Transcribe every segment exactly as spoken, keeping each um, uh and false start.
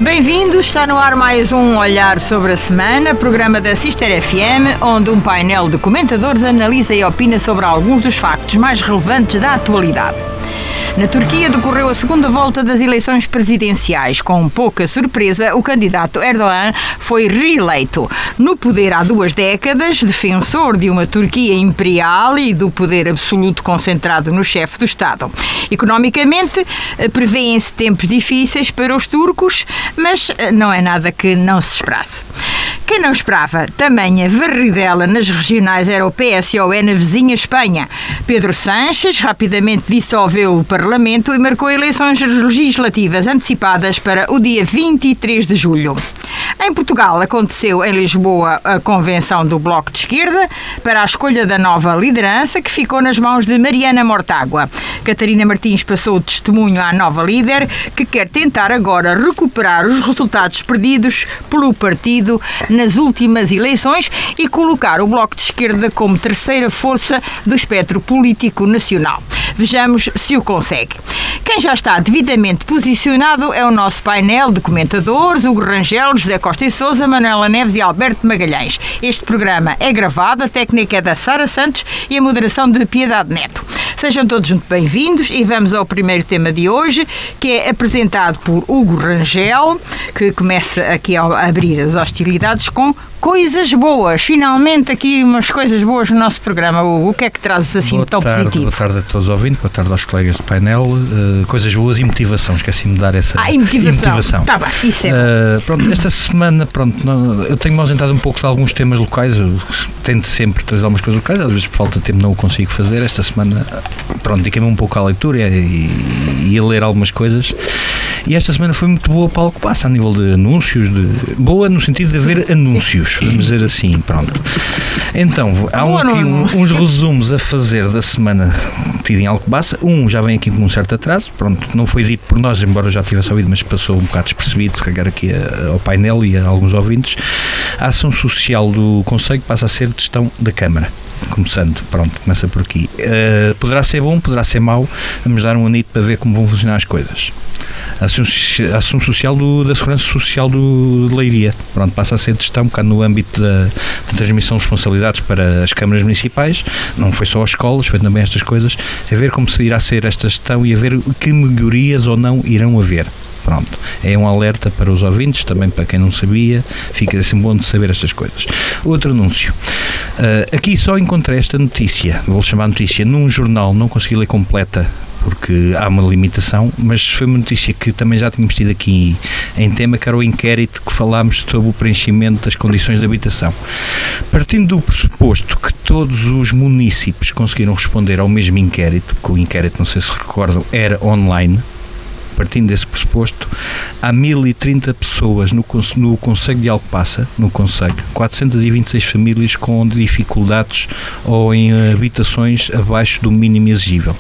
Bem-vindos, está no ar mais um Olhar sobre a Semana, programa da Sister F M, onde um painel de comentadores analisa e opina sobre alguns dos factos mais relevantes da atualidade. Na Turquia decorreu a segunda volta das eleições presidenciais. Com pouca surpresa, o candidato Erdogan foi reeleito. No poder há duas décadas, defensor de uma Turquia imperial e do poder absoluto concentrado no chefe do Estado. Economicamente, prevêem-se tempos difíceis para os turcos, mas não é nada que não se esperasse. Quem não esperava tamanha varridela nas regionais era o P S O E na vizinha Espanha. Pedro Sánchez rapidamente dissolveu o Parlamento e marcou eleições legislativas antecipadas para o dia vinte e três de julho. Em Portugal aconteceu em Lisboa a convenção do Bloco de Esquerda para a escolha da nova liderança, que ficou nas mãos de Mariana Mortágua. Catarina Martins passou o testemunho à nova líder, que quer tentar agora recuperar os resultados perdidos pelo partido nas últimas eleições e colocar o Bloco de Esquerda como terceira força do espectro político nacional. Vejamos se o consegue. Quem já está devidamente posicionado é o nosso painel de comentadores: Hugo Rangel, José Costa e Sousa, Manuela Neves e Alberto Magalhães. Este programa é gravado, a técnica é da Sara Santos e a moderação de Piedade Neto. Sejam todos muito bem-vindos e vamos ao primeiro tema de hoje, que é apresentado por Hugo Rangel, que começa aqui a abrir as hostilidades com coisas boas. Finalmente aqui umas coisas boas no nosso programa, Hugo. O que é que trazes assim boa tão tarde, positivo? Boa tarde a todos os ouvintes, boa tarde aos colegas de painel. Uh, coisas boas e motivação, esqueci-me de dar essa ah, e motivação. motivação. Tá bem, isso é uh, pronto, esta semana, pronto, não, eu tenho-me ausentado um pouco de alguns temas locais, eu tento sempre trazer algumas coisas locais, às vezes por falta de tempo não o consigo fazer. Esta semana, pronto, dediquei-me um pouco à leitura e, e a ler algumas coisas, e esta semana foi muito boa para o que passa, a nível de anúncios, de, boa no sentido de haver anúncios, sim, vamos dizer assim, pronto. Então, há um, aqui um, uns resumos a fazer da semana tida em Alcobaça. Um já vem aqui com um certo atraso, pronto, não foi dito por nós, embora eu já tivesse ouvido, mas passou um bocado despercebido, se calhar aqui a, ao painel e a alguns ouvintes. A ação social do Conselho passa a ser de gestão da Câmara. Começando, pronto, começa por aqui. Uh, poderá ser bom, poderá ser mau, vamos dar um anito para ver como vão funcionar as coisas. A ação, a ação social do, da Segurança Social do, de Leiria, pronto, passa a ser de gestão um bocado no âmbito da, da transmissão de responsabilidades para as câmaras municipais. Não foi só as escolas, foi também estas coisas, a ver como se irá ser esta gestão e a ver que melhorias ou não irão haver. Pronto, é um alerta para os ouvintes, também para quem não sabia, fica assim bom de saber estas coisas. Outro anúncio, uh, aqui só encontrei esta notícia, vou chamar notícia, num jornal, não consegui ler completa, porque há uma limitação, mas foi uma notícia que também já tínhamos tido aqui em tema, que era o inquérito que falámos sobre o preenchimento das condições de habitação. Partindo do pressuposto que todos os municípios conseguiram responder ao mesmo inquérito, que o inquérito, não sei se recordam, era online. Partindo desse pressuposto, há mil e trinta pessoas no, no Conselho de Alcobaça, no Conselho, quatrocentas e vinte e seis famílias com dificuldades ou em habitações abaixo do mínimo exigível.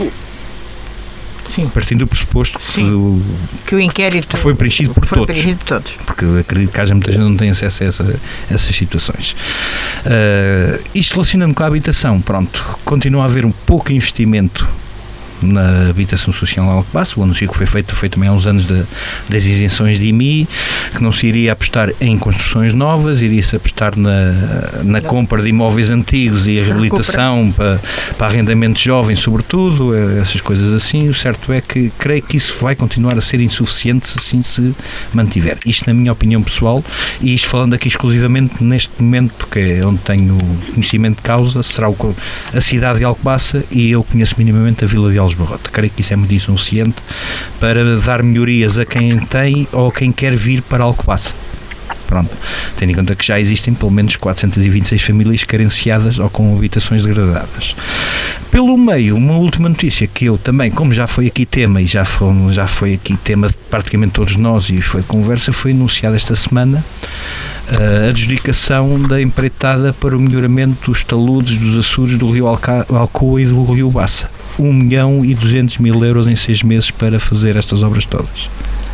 Sim. Partindo do pressuposto Sim. que, o, que o inquérito foi preenchido por, foi todos, preenchido por todos, porque acredito que haja muita gente que não tem acesso a, essa, a essas situações. Uh, isto relacionando com a habitação, pronto, continua a haver um pouco investimento na habitação social em Alcobaça. O anúncio que foi feito foi também há uns anos de, das isenções de I M I, que não se iria apostar em construções novas, iria-se apostar na, na compra de imóveis antigos e a reabilitação para, para arrendamento jovem, sobretudo, essas coisas assim. O certo é que creio que isso vai continuar a ser insuficiente se assim se mantiver. Isto na minha opinião pessoal, e isto falando aqui exclusivamente neste momento, que é onde tenho conhecimento de causa, será o, a cidade de Alcobaça, e eu conheço minimamente a vila de Alcobaça. Barrota. Creio que isso é muito insuficiente para dar melhorias a quem tem ou a quem quer vir para Alcobaça. Pronto, tendo em conta que já existem pelo menos quatrocentas e vinte e seis famílias carenciadas ou com habitações degradadas. Pelo meio, uma última notícia que eu também, como já foi aqui tema, e já foi, já foi aqui tema de praticamente todos nós e foi conversa, foi anunciada esta semana a adjudicação da empreitada para o melhoramento dos taludes dos açudes do rio Alca- Alcoa e do rio Baça. um milhão e duzentos mil euros em seis meses para fazer estas obras todas.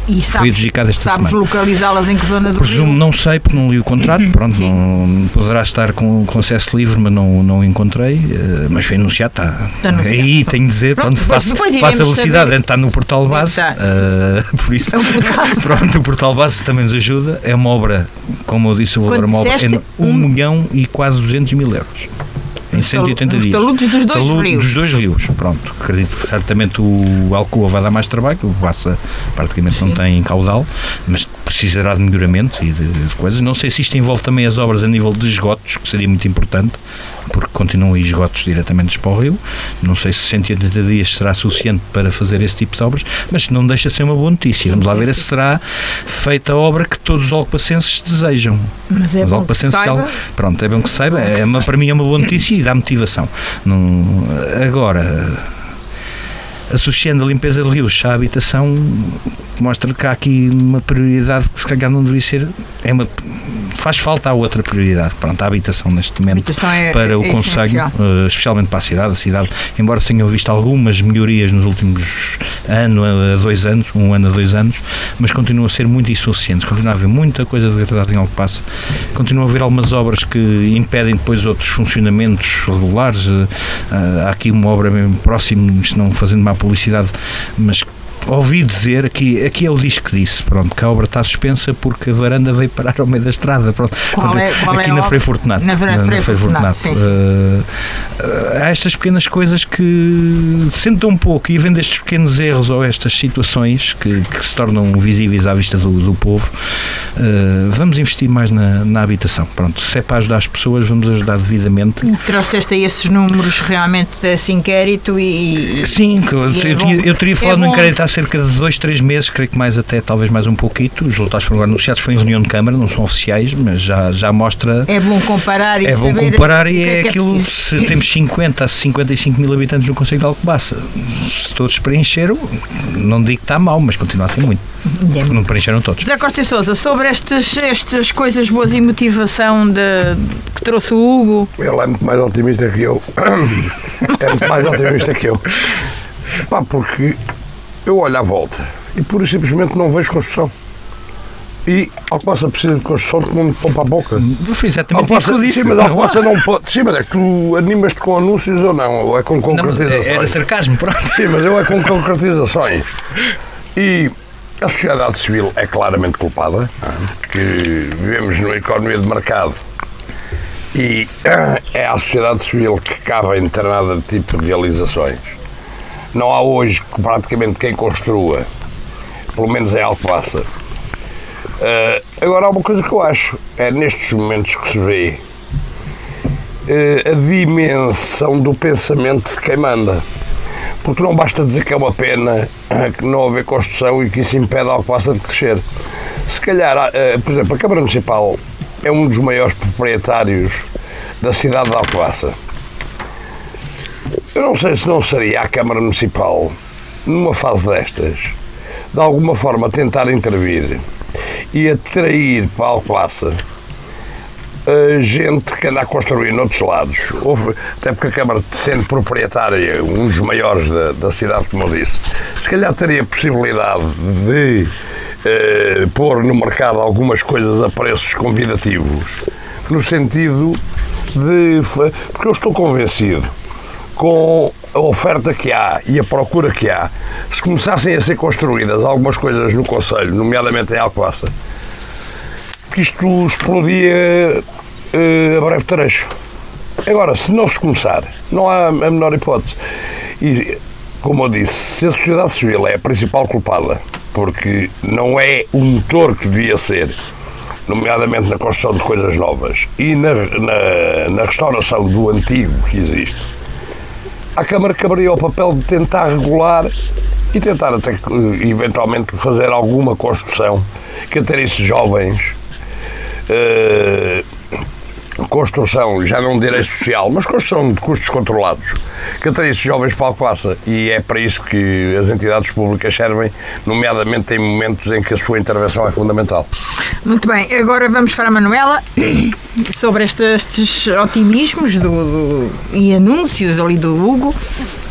E sabes, foi adjudicado esta sabes semana. Sabes localizá-las em que zona do Presumo, Rio? não sei, porque não li o contrato, pronto, não, poderá estar com, com acesso livre, mas não, não encontrei, mas foi anunciado, está, está anunciado. Aí tenho de dizer, pronto, pronto faço, faço a velocidade, saber. Está no portal base, uh, por isso, é pronto, o portal base também nos ajuda, é uma obra, como eu disse, uma obra é um milhão e quase duzentos mil euros. Em cento e oitenta dias. Os taludes dos dois Talude, rios. Dos dois rios, pronto. Acredito que certamente o Alcoa vai dar mais trabalho, que o Bassa praticamente Sim. não tem caudal, mas precisará de melhoramento e de, de coisas. Não sei se isto envolve também as obras a nível de esgotos, que seria muito importante, porque continuam aí esgotos diretamente para o rio. Não sei se cento e oitenta dias será suficiente para fazer esse tipo de obras, mas não deixa de ser uma boa notícia. Sim, Vamos lá ver é se será feita a obra que todos os alcobacenses desejam. Mas é os bom que saiba. Pronto, é bom que saiba. É uma, para mim é uma boa notícia e dá motivação. Não, agora, associando a limpeza de rios à habitação, mostra que há aqui uma prioridade que se calhar não deveria ser. É uma, faz falta a outra prioridade, pronto, a habitação neste momento habitação é, para é, o é concelho, uh, especialmente para a cidade. A cidade, embora se tenham visto algumas melhorias nos últimos ano a dois anos, um ano a dois anos, mas continua a ser muito insuficiente. Continua a haver muita coisa degradada em Alcobaça. Continua a haver algumas obras que impedem depois outros funcionamentos regulares. Uh, há aqui uma obra mesmo próxima, isto não fazendo má publicidade, mas ouvi dizer, aqui, aqui é o disco que disse, pronto, que a obra está suspensa porque a varanda veio parar ao meio da estrada, pronto. Qual é, qual aqui é na Frei Fortunato. Na, na, na Frei Fortunato, sim, sim. Uh, há estas pequenas coisas que sentam um pouco, e vendo estes pequenos erros ou estas situações que, que se tornam visíveis à vista do, do povo, uh, vamos investir mais na, na habitação, pronto, se é para ajudar as pessoas, vamos ajudar devidamente. E trouxeste aí esses números realmente desse inquérito e... Sim, que eu, eu, eu, eu teria falado é no inquérito há cerca de dois, três meses, creio que mais até, talvez mais um pouquito. Os resultados foram anunciados, foi em reunião de Câmara, não são oficiais, mas já, já mostra... É bom comparar e É bom comparar e é, é aquilo, é se temos cinquenta a cinquenta e cinco mil habitantes no concelho de Alcobaça, se todos preencheram, não digo que está mal, mas continua a ser muito. É. Não preencheram todos. José Costa e Sousa, sobre estas, estas coisas boas e motivação de, que trouxe o Hugo... Ele é muito mais otimista que eu. É muito mais otimista que eu. Pá, porque... eu olho à volta e pura e simplesmente não vejo construção. E Alcobaça precisa de construção que não me pompa a boca. Foi exatamente Alcobaça, isso que eu disse. Sim, mas Alcobaça não, não pode. Sim, mas é que tu animas-te com anúncios ou não? Ou é com concretizações? Não, era sarcasmo, pronto. Sim, mas eu é com concretizações. E a sociedade civil é claramente culpada, que vivemos numa economia de mercado e é a sociedade civil que cabe em determinado tipo de realizações. Não há hoje praticamente quem construa, pelo menos em Alcobaça. Uh, agora há uma coisa que eu acho, é nestes momentos que se vê uh, a dimensão do pensamento de quem manda. Porque não basta dizer que é uma pena uh, que não haver construção e que isso impede a Alcobaça de crescer. Se calhar, uh, por exemplo, a Câmara Municipal é um dos maiores proprietários da cidade de Alcobaça. Eu não sei se não seria a Câmara Municipal, numa fase destas, de alguma forma tentar intervir e atrair para a Alcobaça a gente que anda a construir noutros lados. Houve, até porque a Câmara, sendo proprietária, um dos maiores da, da cidade, como eu disse, se calhar teria possibilidade de eh, pôr no mercado algumas coisas a preços convidativos, no sentido de... porque eu estou convencido, com a oferta que há e a procura que há, se começassem a ser construídas algumas coisas no concelho, nomeadamente em Alcobaça, que isto explodia uh, a breve trecho. Agora, se não se começar, não há a menor hipótese. E, como eu disse, se a sociedade civil é a principal culpada, porque não é o motor que devia ser, nomeadamente na construção de coisas novas e na, na, na restauração do antigo que existe, a Câmara caberia o papel de tentar regular e tentar até eventualmente fazer alguma construção que atraísse jovens, uh, construção já não de direito social, mas construção de custos controlados, que atraísse jovens para a Alcobaça, e é para isso que as entidades públicas servem, nomeadamente em momentos em que a sua intervenção é fundamental. Muito bem, agora vamos para a Manuela sobre este, estes otimismos do, do, e anúncios ali do Hugo.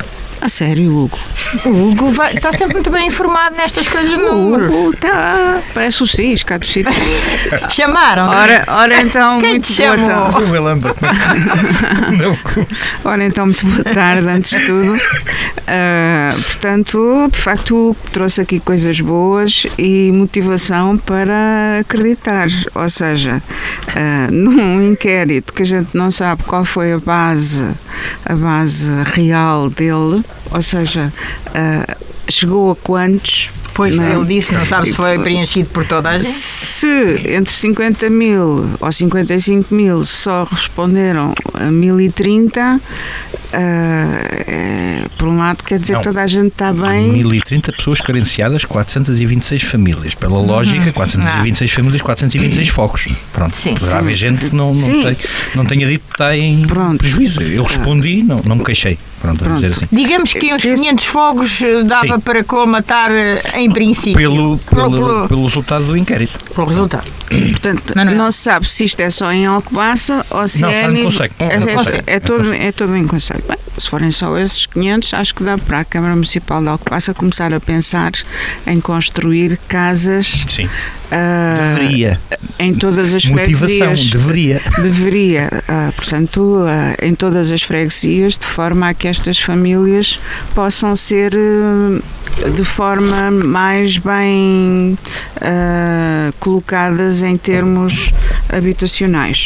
A sério, Hugo? O Hugo vai, está sempre muito bem informado nestas coisas de O números. Hugo está... Parece o Cis, cá do sítio. Chamaram? Ora, ora então, Quem muito te boa chamou? tarde. Foi o Lambert. Não. Ora então, muito boa tarde, antes de tudo. Uh, portanto, de facto, trouxe aqui coisas boas e motivação para acreditar. Ou seja, uh, num inquérito que a gente não sabe qual foi a base, a base real dele, ou seja, uh, chegou a quantos? Pois não é? ele disse, não sabe se foi preenchido por toda a gente. Se entre cinquenta mil ou cinquenta e cinco mil só responderam a mil e trinta, uh, é, por um lado quer dizer Não. que toda a gente está bem. mil e trinta pessoas carenciadas, quatrocentas e vinte e seis famílias. Pela lógica, quatrocentas e vinte e seis famílias, quatrocentos e vinte e seis focos. Pronto. Sim, Poderá sim. haver gente que não, não, Sim. tem, não tenha dito que está em Pronto. prejuízo. Eu respondi, não, não me queixei. Pronto, vamos dizer assim. Digamos que uns quinhentos fogos eh, dava Sim. para colmatar eh, em princípio. Pelo, Pelo- pelo, pelo- pelo resultado do inquérito. pelo resultado. Portanto, Não, não, não é. se sabe se isto é só em Alcobaça ou se Não, é. só no nível- concelho. É, É, é, no é, concelho. é todo, é todo em conselho. Bem, se forem só esses quinhentos, acho que dá para a Câmara Municipal de Alcobaça começar a pensar em construir casas. Sim. ah, Deveria. em todas as Motivação, freguesias. deveria. Deveria, ah, portanto, ah, em todas as freguesias, de forma a que estas famílias possam ser ah, de forma mais bem ah, colocadas em termos habitacionais.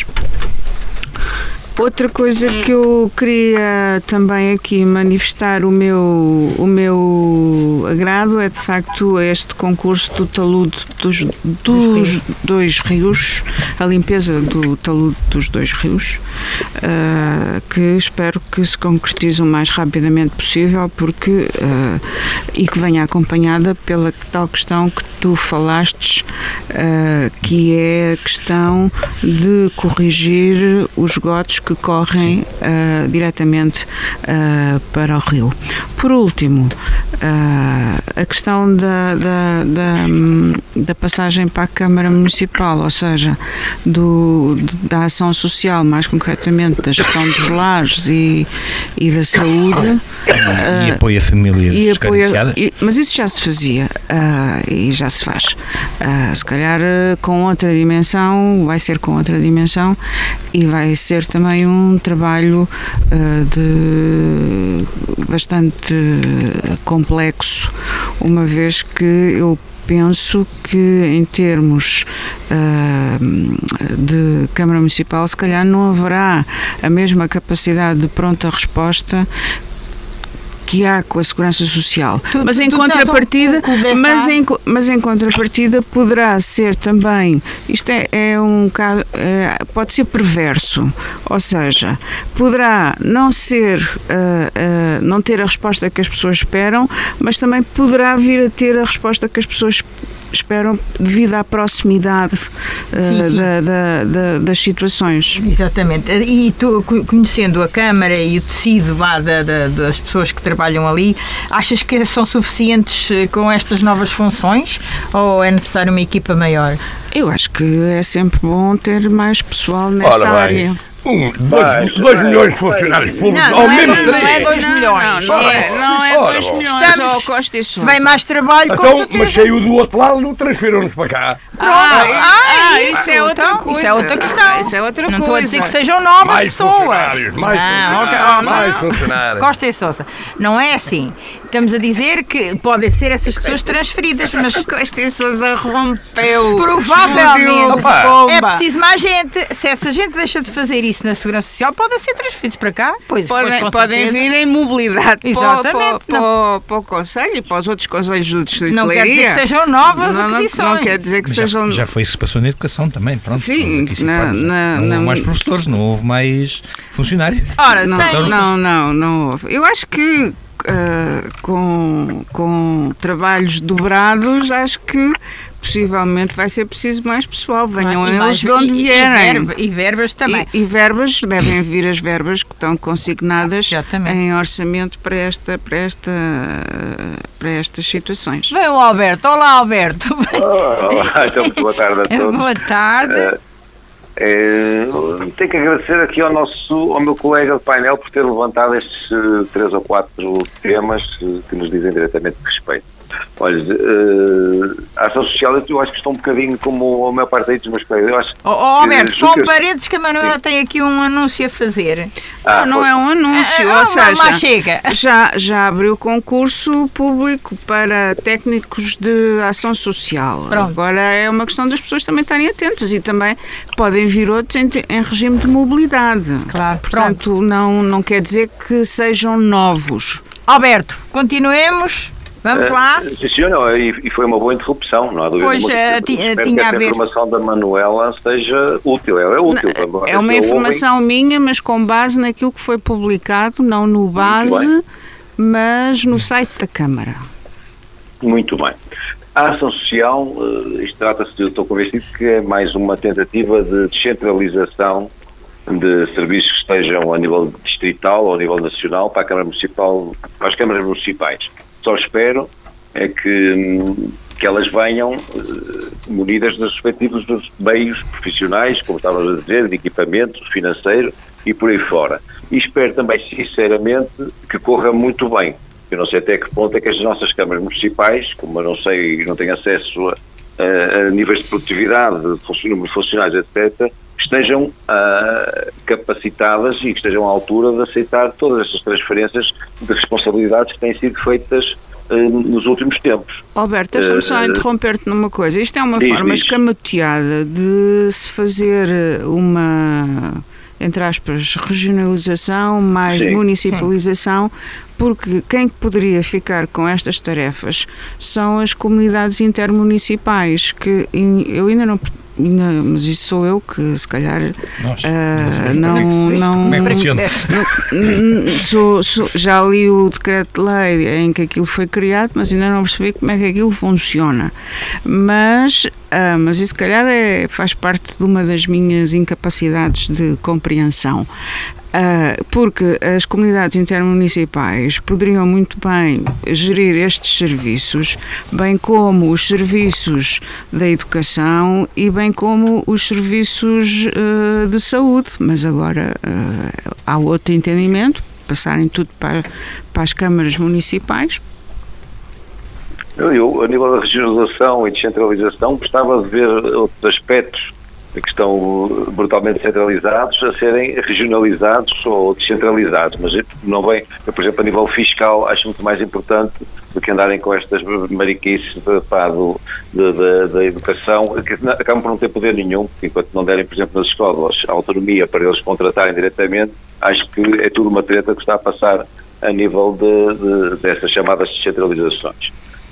Outra coisa que eu queria também aqui manifestar o meu, o meu agrado é de facto este concurso do talude dos, dos dois rios, a limpeza do talude dos dois rios, uh, que espero que se concretize o mais rapidamente possível, porque uh, e que venha acompanhada pela tal questão que tu falastes, uh, que é a questão de corrigir os esgotos que correm uh, diretamente uh, para o rio. Por último, uh, a questão da, da, da, da passagem para a Câmara Municipal, ou seja, do, da ação social, mais concretamente da gestão dos lares e, e da saúde. E apoio a famílias E apoio, carenciadas. e- mas isso já se fazia uh, e já se faz. Uh, se calhar uh, com outra dimensão, vai ser com outra dimensão e vai ser também um trabalho uh, de bastante complexo, uma vez que eu penso que em termos uh, de Câmara Municipal se calhar não haverá a mesma capacidade de pronta resposta que há com a Segurança Social. Tu- mas em tu estás um contrapartida, pouco dessa mas área. em, co- mas em contrapartida poderá ser também, isto é, é um caso, é, pode ser perverso, ou seja, poderá não ser, ah, ah, não ter a resposta que as pessoas esperam, mas também poderá vir a ter a resposta que as pessoas esperam devido à proximidade ah, Sim, sim. da- da- da- das situações. Exatamente. E tu, co- conhecendo a Câmara e o tecido lá da- da- das pessoas que trabalham ali, achas que são suficientes eh, com estas novas funções ou é necessário uma equipa maior? Eu acho que é sempre bom ter mais pessoal nesta Ora bem, área. um, dois, dois milhões de funcionários públicos Não, ao não é mesmo dois- não é tempo. dois milhões. Não, não é, É, não é ora, dois bom. milhões, Estamos- ó, Costa e Se Sousa. vem mais trabalho, com Então, certeza. mas saiu do outro lado, transferiram-nos para cá. Ah, Ah, ah, isso, isso é outra então, coisa. isso é outra questão. Isso é outra Não coisa. estou a dizer que sejam novas Mais pessoas. funcionários, mais Não, ok, funcionários, oh, mais não. funcionários. Costa e Sousa, não é assim. Estamos a dizer que podem ser essas pessoas transferidas, mas Costa e Sousa rompeu. provavelmente Opa. Bomba. é preciso mais gente. Se essa gente deixa de fazer isso na Segurança Social, podem ser transferidos para cá. Pois, Podem, pois, com podem certeza. vir em mobilidade para, Exatamente, para, para, para o Conselho e para os outros Conselhos do Distrito Não de quer dizer Leiria. que sejam novas não, não, aquisições. não quer dizer que Mas sejam... já, já foi isso que passou na educação também, pronto. Sim, Aqui se na- pode- na- não houve na- mais professores, não houve mais funcionários. Ora, Não, sem... não, não, não houve. Eu acho que ah, com, com trabalhos dobrados, acho que possivelmente vai ser preciso mais pessoal. Venham E eles mais- de onde e- e vierem. verba- E verbas também. E, e verbas, devem vir as verbas que estão consignadas Exatamente. em orçamento para, esta, para, esta, para estas situações. Vem o Alberto. Olá, Alberto. Olá, então, muito boa tarde a todos. Boa tarde. Eh, É, tenho que agradecer aqui ao, nosso, ao meu colega de painel por ter levantado estes uh, três ou quatro temas uh, que nos dizem diretamente respeito. Olha, uh, a ação social eu acho que estou um bocadinho como a maior parte dos meus colegas. Eu acho oh, oh, Alberto, que, só um eu... paredes que a Manuela Sim. tem aqui um anúncio a fazer. Ah, não, não é um anúncio, ah, ou seja, mas chega. Já, já abriu concurso público para técnicos de ação social. Pronto. Agora é uma questão das pessoas também estarem atentas e também podem vir outros em, em regime de mobilidade. Claro, portanto, não, não quer dizer que sejam novos. Alberto, continuemos. Vamos lá. Uh, sim, senhor, não, e, e foi uma boa interrupção, não há dúvida. Pois, uh, tinha, tinha que a esta ver. informação da Manuela seja útil, ela é útil. Não, é uma informação ouvem. minha, mas com base naquilo que foi publicado, não no base, mas no site da Câmara. Muito bem. A ação social, uh, isto trata-se, eu estou convencido que é mais uma tentativa de descentralização de serviços que estejam a nível distrital ou a nível nacional para a Câmara Municipal, para as câmaras municipais. Só espero é que, que elas venham uh, munidas dos respectivos meios profissionais, como estávamos a dizer, de equipamento financeiro e por aí fora. E espero também, sinceramente, que corra muito bem. Eu não sei até que ponto é que as nossas câmaras municipais, como eu não sei, não tenho acesso a, a, a níveis de produtividade, de número de funcionários, etcétera, estejam uh, capacitadas e que estejam à altura de aceitar todas estas transferências de responsabilidades que têm sido feitas uh, nos últimos tempos. Alberto, deixa-me uh, só interromper-te numa coisa. Isto é uma diz, forma diz. escamoteada de se fazer uma, entre aspas, regionalização, mais Sim. municipalização, porque quem poderia ficar com estas tarefas são as comunidades intermunicipais, que eu ainda não... Não, mas isso sou eu que se calhar Nossa, uh, não, não, como é que funciona? não sou, sou, já li o decreto de lei em que aquilo foi criado, mas ainda não percebi como é que aquilo funciona, mas, uh, mas isso se calhar é, faz parte de uma das minhas incapacidades de compreensão. Uh, porque as comunidades intermunicipais poderiam muito bem gerir estes serviços, bem como os serviços da educação e bem como os serviços uh, de saúde, mas agora uh, há outro entendimento, passarem tudo para, para as câmaras municipais. Eu, eu, a nível da regionalização e descentralização, gostava de ver outros aspectos que estão brutalmente centralizados a serem regionalizados ou descentralizados, mas não vem, eu, por exemplo, a nível fiscal acho muito mais importante do que andarem com estas mariquices de, pá, do, de, de, da educação, que acabam por não ter poder nenhum, enquanto não derem, por exemplo, nas escolas a autonomia para eles contratarem diretamente, acho que é tudo uma treta que está a passar a nível de, de, dessas chamadas descentralizações.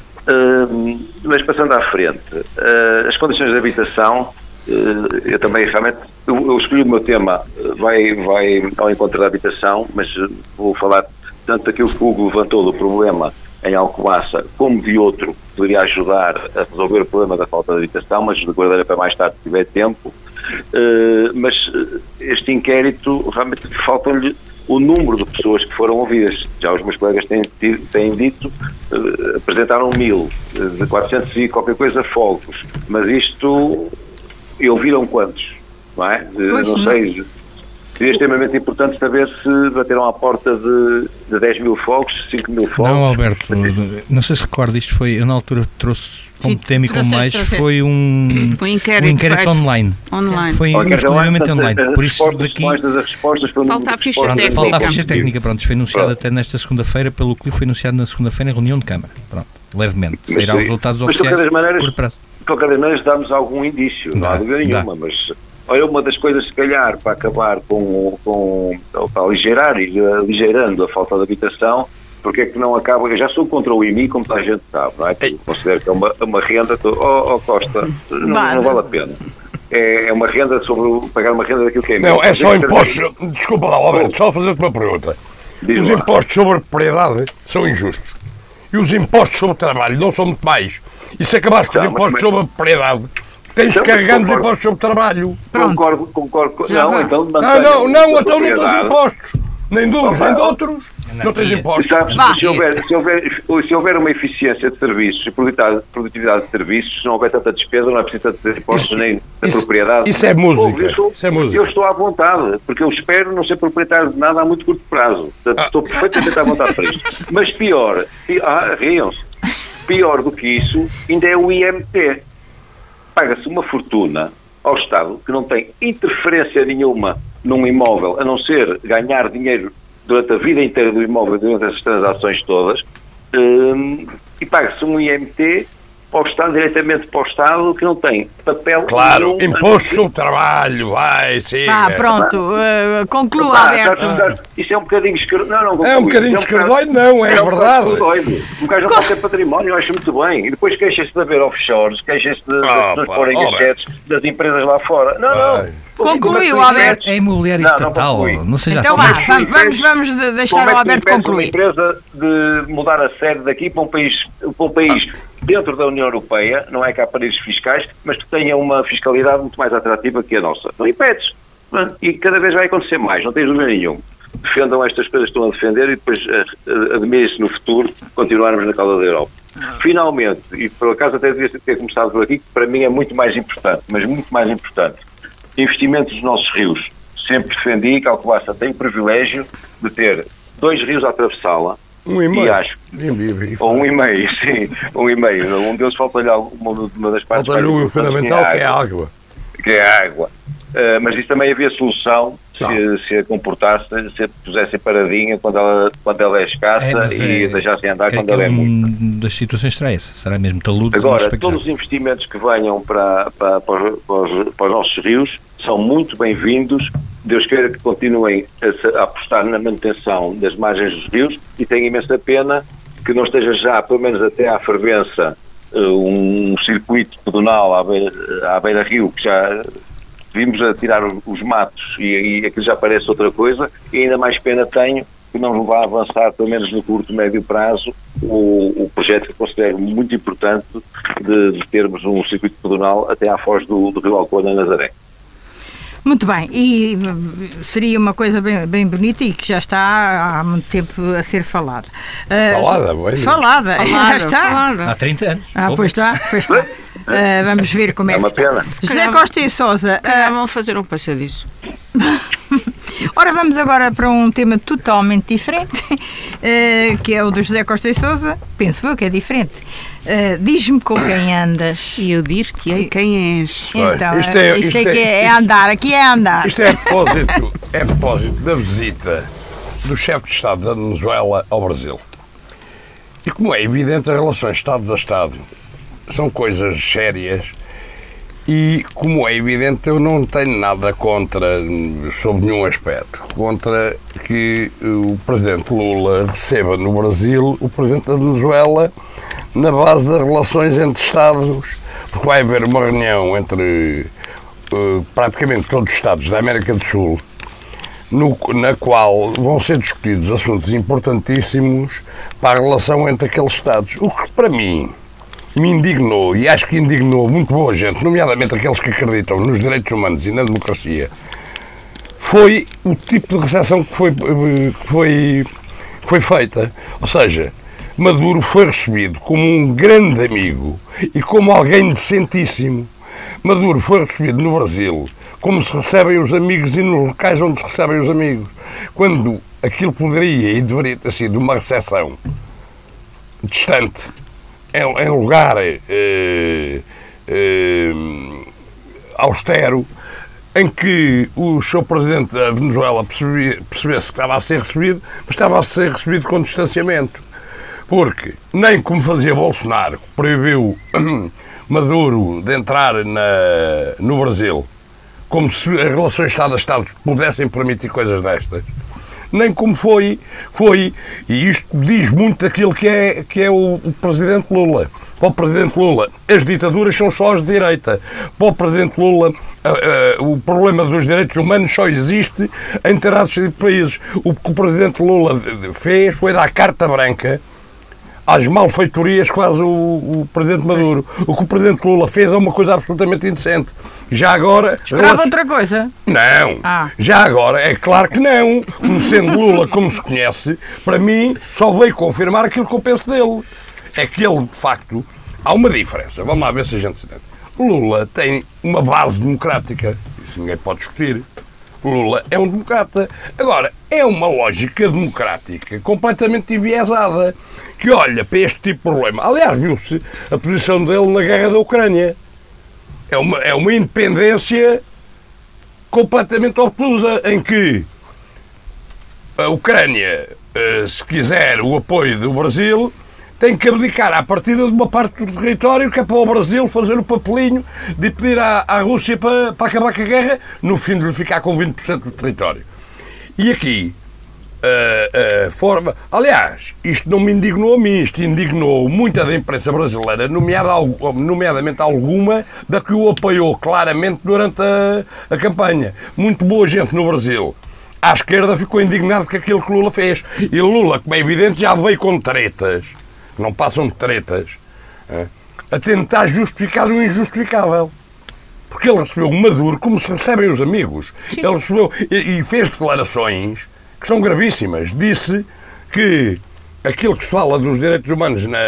Uh, mas passando à frente, uh, as condições de habitação, eu também realmente, eu, eu escolhi o meu tema, vai, vai ao encontro da habitação, mas vou falar tanto daquilo que o Hugo levantou do problema em Alcobaça, como de outro que poderia ajudar a resolver o problema da falta de habitação, mas guardarei para mais tarde se tiver tempo. Uh, mas este inquérito, realmente faltam-lhe o número de pessoas que foram ouvidas. Já os meus colegas têm, têm dito, uh, apresentaram mil, de quatrocentos e qualquer coisa fogos, mas isto... E ouviram quantos, não é? Pois não sei, seria extremamente importante saber se bateram à porta de, de dez mil fogos, cinco mil fogos. Não, Alberto, não sei se recorda, isto foi, eu na altura trouxe como tema e como mais, foi um, um inquérito, um inquérito online. online. Foi exclusivamente online. As Por isso daqui... Das respostas falta a ficha técnica. Falta a ficha técnica, pronto, isto foi anunciado pronto. até nesta segunda-feira, pelo que foi anunciado na segunda-feira em reunião de Câmara, pronto, levemente. Sairá os resultados mas, oficiais de qualquer maneira, por prazo. De qualquer maneira, dá-nos algum indício, dá, não há dúvida nenhuma, dá. Mas olha, uma das coisas, se calhar, para acabar com, com para aligeirar e aligeirando a falta de habitação, porque é que não acaba, eu já sou contra o I M I, como toda a gente sabe, não é? Eu considero que é uma, uma renda, tô, oh, oh Costa, não, não vale a pena. É, é uma renda sobre, pagar uma renda daquilo que é Não, é só impostos, desculpa lá, Alberto, só fazer-te uma pergunta. Diz os lá. Impostos sobre a propriedade são injustos. E os impostos sobre o trabalho não são muito mais. E se acabares com os impostos sobre a propriedade, tens que carregar os impostos sobre o trabalho. Concordo, concordo. Não, então não, não, não, então não tens impostos. Nem de uns, nem de outros. Não tens impostos. Sabes, se, houver, se, houver, se houver uma eficiência de serviços e produtividade, produtividade de serviços, se não houver tanta despesa, não é preciso ter impostos isso, nem da isso, propriedade. Isso é música. Eu estou, isso é música. Eu estou à vontade, porque eu espero não ser proprietário de nada a muito curto prazo. Portanto, ah. Estou perfeitamente à vontade para isto. Mas pior, ah, riam-se, pior do que isso, ainda é o I M T. Paga-se uma fortuna ao Estado que não tem interferência nenhuma num imóvel, a não ser ganhar dinheiro durante a vida inteira do imóvel, durante essas transações todas, um, e paga-se um I M T para o Estado, diretamente para o Estado, que não tem papel... Claro, nenhum, imposto sobre o trabalho, vai, sim. Ah, pronto, uh, conclua, Alberto. Ah, isso é um bocadinho esquerdoide, não, não conclui. É um bocadinho esquerdoide, não, é, é verdade. Um gajo não pode ter património, eu acho muito bem. E depois queixa-se de haver offshores, queixa-se de, oh, das pessoas porem assets das empresas lá fora. Não, não. Concluiu, Alberto. É imobiliário estatal, não, não seja então assim. Então vá, vamos, vamos deixar o Alberto concluir. Uma empresa de mudar a sede daqui para um país, para um país dentro da União Europeia, não é que há paraísos fiscais, mas que tenha uma fiscalidade muito mais atrativa que a nossa. Não impedes. E cada vez vai acontecer mais, não tens dúvida nenhuma. Defendam estas coisas que estão a defender e depois admirem-se no futuro continuarmos na causa da Europa. Finalmente, e por acaso até devia ter começado por aqui, que para mim é muito mais importante, mas muito mais importante, investimentos nos nossos rios. Sempre defendi, calculasse até o privilégio de ter dois rios a atravessá-la. Um e meio. E acho, ou um e meio, sim, um e meio. Um deles falta-lhe uma, uma das partes falta-lhe o fundamental, que é a água. Que é a água. Uh, mas isso também havia solução se, se a comportasse, se a pusessem paradinha quando ela, quando ela é escassa é, e é, deixassem andar quando ela é muito. Das situações será essa? Será mesmo talude? Agora, todos os investimentos que venham para, para, para, os, para, os, para os nossos rios são muito bem-vindos. Deus queira que continuem a, a apostar na manutenção das margens dos rios e tenho imensa pena que não esteja já, pelo menos até à fervença, um circuito pedonal à beira, à beira-rio que já vimos a tirar os matos e, e aquilo já parece outra coisa, e ainda mais pena tenho que não vá avançar, pelo menos no curto e médio prazo, o, o projeto que eu considero muito importante de, de termos um circuito pedonal até à foz do, do Rio Alcoa, na Nazaré. Muito bem, e seria uma coisa bem, bem bonita e que já está há muito tempo a ser falada. Uh, falada, bem. Falada, falada, já está. Falada. Há trinta anos. Ah, pois está, pois está. Uh, vamos ver como é, é uma que pena. está. José Costa e Sousa. Uh, vão fazer um passadiço. Ora, vamos agora para um tema totalmente diferente, uh, que é o do José Costa e Sousa. Penso eu que é diferente. Uh, diz-me com quem andas. E eu dir-te-ei quem és. Então, isto é, isto é, é, é andar, aqui é andar. Isto é a propósito, é a propósito da visita do chefe de Estado da Venezuela ao Brasil. E como é evidente, as relações Estado a Estado são coisas sérias e, como é evidente, eu não tenho nada contra, sob nenhum aspecto, contra que o Presidente Lula receba no Brasil o Presidente da Venezuela na base das relações entre Estados, porque vai haver uma reunião entre uh, praticamente todos os Estados da América do Sul, no, na qual vão ser discutidos assuntos importantíssimos para a relação entre aqueles Estados. O que, para mim, me indignou, e acho que indignou muito boa gente, nomeadamente aqueles que acreditam nos direitos humanos e na democracia, foi o tipo de recepção que foi, que foi, que foi feita. Ou seja, Maduro foi recebido como um grande amigo e como alguém decentíssimo. Maduro foi recebido no Brasil como se recebem os amigos e nos locais onde se recebem os amigos, quando aquilo poderia e deveria ter sido uma recepção distante, em lugar eh, eh, austero, em que o seu Presidente da Venezuela percebia, percebesse que estava a ser recebido, mas estava a ser recebido com distanciamento. Porque, nem como fazia Bolsonaro, que proibiu Maduro de entrar na, no Brasil, como se as relações Estado a Estado pudessem permitir coisas destas, nem como foi, foi, e isto diz muito daquilo que é, que é o, o Presidente Lula. Para o Presidente Lula, as ditaduras são só as de direita. Para o Presidente Lula, uh, uh, o problema dos direitos humanos só existe em determinados países. O que o Presidente Lula fez foi dar carta branca às malfeitorias que faz o, o Presidente Maduro. O que o Presidente Lula fez é uma coisa absolutamente indecente. Já agora... Esperava relacion... outra coisa? Não. Ah. Já agora, é claro que não. Conhecendo Lula como se conhece, para mim, só veio confirmar aquilo que eu penso dele. É que ele, de facto, há uma diferença. Vamos lá ver se a gente se entende. Lula tem uma base democrática. Isso ninguém pode discutir. Lula é um democrata. Agora, é uma lógica democrática completamente enviesada, que olha para este tipo de problema. Aliás, viu-se a posição dele na guerra da Ucrânia. É uma, é uma independência completamente obtusa, em que a Ucrânia, se quiser o apoio do Brasil, tem que abdicar à partida de uma parte do território, que é para o Brasil fazer o papelinho de pedir à, à Rússia para, para acabar com a guerra, no fim de lhe ficar com vinte por cento do território. E aqui, a, a forma... Aliás, isto não me indignou a mim, isto indignou muita da imprensa brasileira, nomeada, nomeadamente alguma da que o apoiou claramente durante a, a campanha. Muito boa gente no Brasil. À esquerda ficou indignado com aquilo que Lula fez. E Lula, como é evidente, já veio com tretas. Não passam de tretas, é, a tentar justificar o injustificável. Porque ele recebeu o Maduro como se recebem os amigos. Sim. Ele recebeu e, e fez declarações que são gravíssimas. Disse que aquilo que se fala dos direitos humanos na,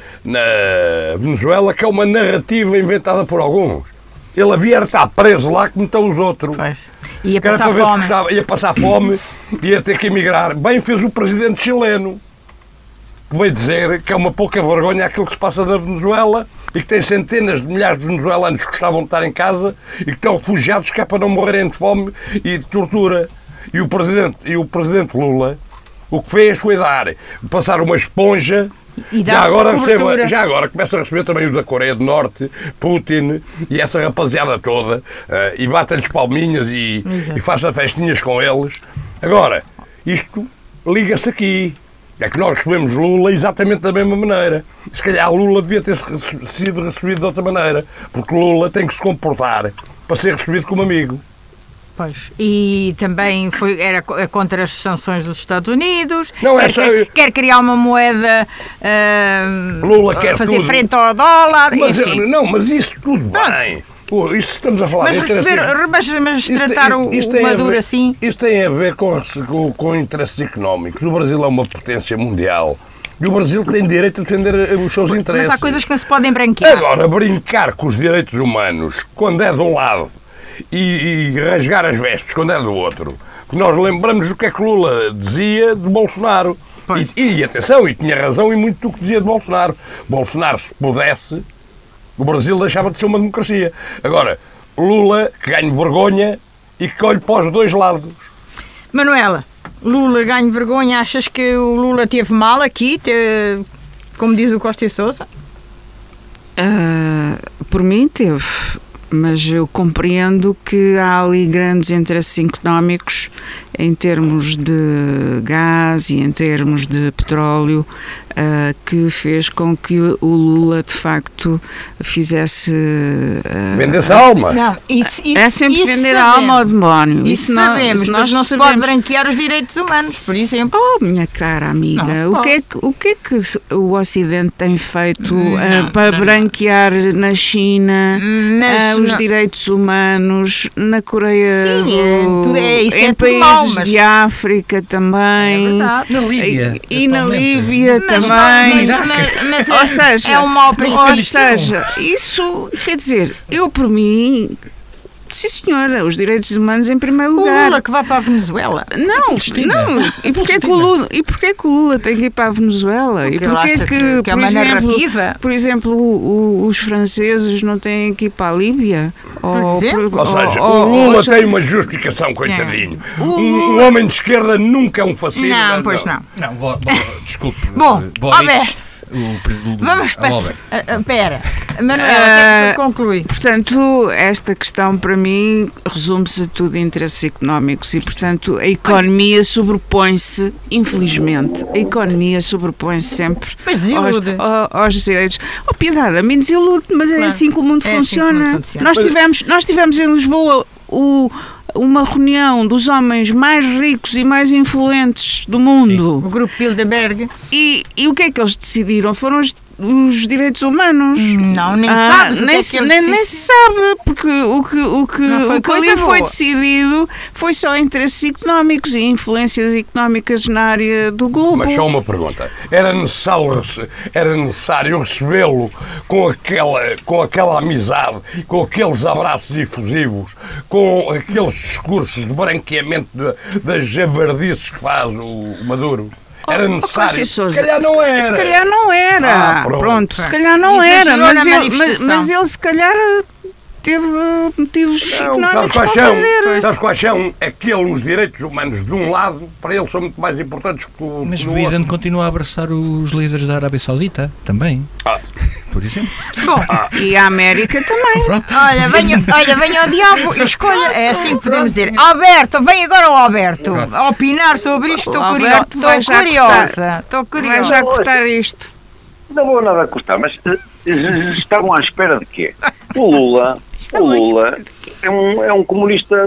na Venezuela, que é uma narrativa inventada por alguns. Ele havia de estar preso lá como estão os outros. Pois. Ia passar fome. Gostava, ia passar fome, ia ter que emigrar. Bem fez o presidente chileno, que veio dizer que é uma pouca vergonha aquilo que se passa na Venezuela e que tem centenas de milhares de venezuelanos que gostavam de estar em casa e que estão refugiados que é para não morrerem de fome e de tortura. E o presidente, e o presidente Lula o que fez foi dar, passar uma esponja e já agora, receba, já agora começa a receber também o da Coreia do Norte, Putin e essa rapaziada toda, uh, e bate-lhes palminhas e, e faz festinhas com eles. Agora, isto liga-se aqui. É que nós recebemos Lula exatamente da mesma maneira. Se calhar Lula devia ter sido recebido de outra maneira, porque Lula tem que se comportar para ser recebido como amigo. Pois. E também foi, era contra as sanções dos Estados Unidos. Não, quer, é só... quer, quer criar uma moeda uh, Lula quer fazer tudo. Frente ao dólar. Mas, enfim. Não, mas isso tudo bem. Pô, isso estamos a falar. Mas, receber, assim, mas, mas tratar o Maduro ver, assim... Isso tem a ver com, com, com interesses económicos. O Brasil é uma potência mundial e o Brasil tem direito a defender os seus interesses. Mas há coisas que não se podem branquear. Agora, brincar com os direitos humanos quando é de um lado e, e rasgar as vestes quando é do outro, que nós lembramos do que é que Lula dizia de Bolsonaro. E, e atenção, e tinha razão em muito do que dizia de Bolsonaro. Bolsonaro, se pudesse, o Brasil deixava de ser uma democracia. Agora, Lula que ganhe vergonha e que olhe para os dois lados. Manuela, Lula ganhe vergonha, achas que o Lula teve mal aqui, teve, como diz o Costa e Sousa? Uh, por mim teve, mas eu compreendo que há ali grandes interesses económicos em termos de gás e em termos de petróleo, uh, que fez com que o Lula de facto fizesse uh, vender-se a alma. Não, isso, isso, é sempre isso vender sabemos. a alma ao demónio. Isso, isso sabemos, isso nós mas não se pode branquear os direitos humanos, por exemplo. Oh, minha cara amiga, não, o, que é que, o que é que o Ocidente tem feito não, uh, para não, branquear não. na China mas, uh, os não. direitos humanos, na Coreia Sim, do, é, isso em é países mal, mas... de África também, é na Líbia e, e na Líbia mas, também, mas, mas, mas ou é, seja, é um mal ou seja, isso quer dizer, eu por mim, sim senhora, os direitos humanos em primeiro lugar. O Lula que vá para a Venezuela. Não, não. E porquê que o Lula, e porquê que o Lula tem que ir para a Venezuela? Porque e porquê que, que, que é por uma exemplo, narrativa? Por exemplo, o, o, os franceses não têm que ir para a Líbia? Ou, por, ou seja, ou, o Lula ou, tem uma justificação, coitadinho. É. Um, um homem de esquerda nunca é um fascista. Não, não, pois não. Não, bo, bo, desculpe. Bom, Boric, o, vamos passar. Espera, Manuela, uh, conclui. Portanto, esta questão para mim resume-se a tudo em interesses económicos e, portanto, a economia sobrepõe-se, infelizmente, a economia sobrepõe-se sempre aos, aos, aos direitos. Oh, piedade, a mim desilude, mas claro. é assim que o mundo, é funciona. Assim que o mundo funciona. Nós tivemos, nós tivemos em Lisboa o, uma reunião dos homens mais ricos e mais influentes do mundo. Sim. O grupo Bilderberg. E, e o que é que eles decidiram? Foram os, os direitos humanos. Não, nem ah, sabes o nem, que é que eles nem, nem se sabe, porque o que, o que, foi o que ali coisa foi boa. decidido foi só interesses económicos e influências económicas na área do globo. Mas só uma pergunta. Era necessário, rece- era necessário recebê-lo com aquela, com aquela amizade, com aqueles abraços efusivos, com aqueles discursos de branqueamento de- das javardices que faz o, o Maduro? Era necessário. Sousa, Se calhar não era. Se calhar não era. Ah, pronto. pronto. se calhar não Exagerou era. na Mas ele, mas, manifestação. mas ele se calhar teve motivos Não, sabes económicos para quais são? fazer. Sabes quais são? Aqueles os direitos humanos de um lado, para eles são muito mais importantes que o Mas que o Biden outro. continua a abraçar os líderes da Arábia Saudita, também, Ah, por exemplo. Bom, E a América também. Pronto. olha, venha, olha, venha ao diabo, eu escolho, é assim que podemos dizer. Alberto, vem agora o Alberto a opinar sobre isto, estou O curio- Alberto vai estou já curiosa. Estou Vai curiosa. já cortar isto. Não vou nada a cortar, mas eh, eh, estavam à espera de quê? O Lula, o Lula é um, é um comunista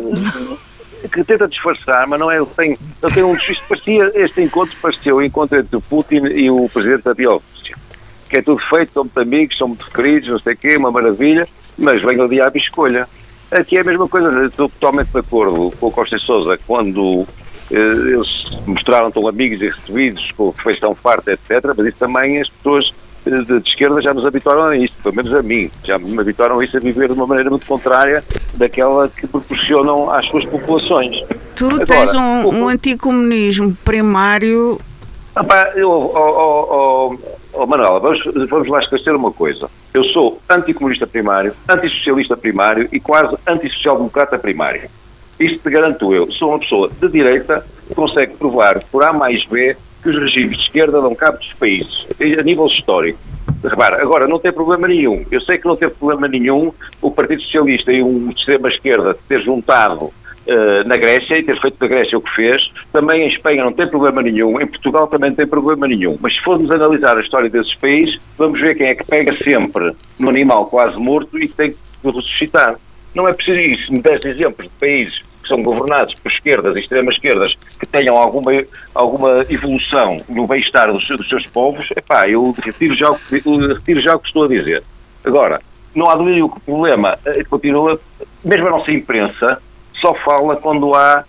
que tenta disfarçar, mas não é, ele tem, ele tem um isto parecia, este encontro pareceu o encontro entre o Putin e o presidente da Bielorrússia, que é tudo feito, são muito amigos, são muito queridos, não sei o quê, uma maravilha, mas vem o diabo e escolha. Aqui é a mesma coisa, estou totalmente de acordo com o Costa e Sousa, quando eh, eles mostraram tão amigos e recebidos, com refeição farta, etcétera, mas isso também as pessoas de, de esquerda já nos habituaram a isso, pelo menos a mim, já me habituaram a isso, a viver de uma maneira muito contrária daquela que proporcionam às suas populações. Tu Agora, tens um, o- um anticomunismo primário. Ah, pá, eu, oh, oh, oh, oh, Manuela, vamos, vamos lá esclarecer uma coisa. Eu sou anticomunista primário, antissocialista primário e quase antissocial-democrata primário. Isto te garanto eu. Sou uma pessoa de direita que consegue provar por A mais B que os regimes de esquerda dão cabo dos países, a nível histórico. Repara, agora, não tem problema nenhum. Eu sei que não teve problema nenhum o Partido Socialista e um de extrema-esquerda ter juntado Uh, na Grécia e ter feito da Grécia o que fez. Também em Espanha não tem problema nenhum, em Portugal também não tem problema nenhum, mas se formos analisar a história desses países, vamos ver quem é que pega sempre no animal quase morto e que tem que ressuscitar. Não é preciso isso. Se me desse exemplos de países que são governados por esquerdas e extremas esquerdas que tenham alguma, alguma evolução no bem-estar dos, dos seus povos, epá, eu retiro já, o que, retiro já o que estou a dizer. Agora, não há dúvida que o problema eh, continua, mesmo a nossa imprensa só fala quando há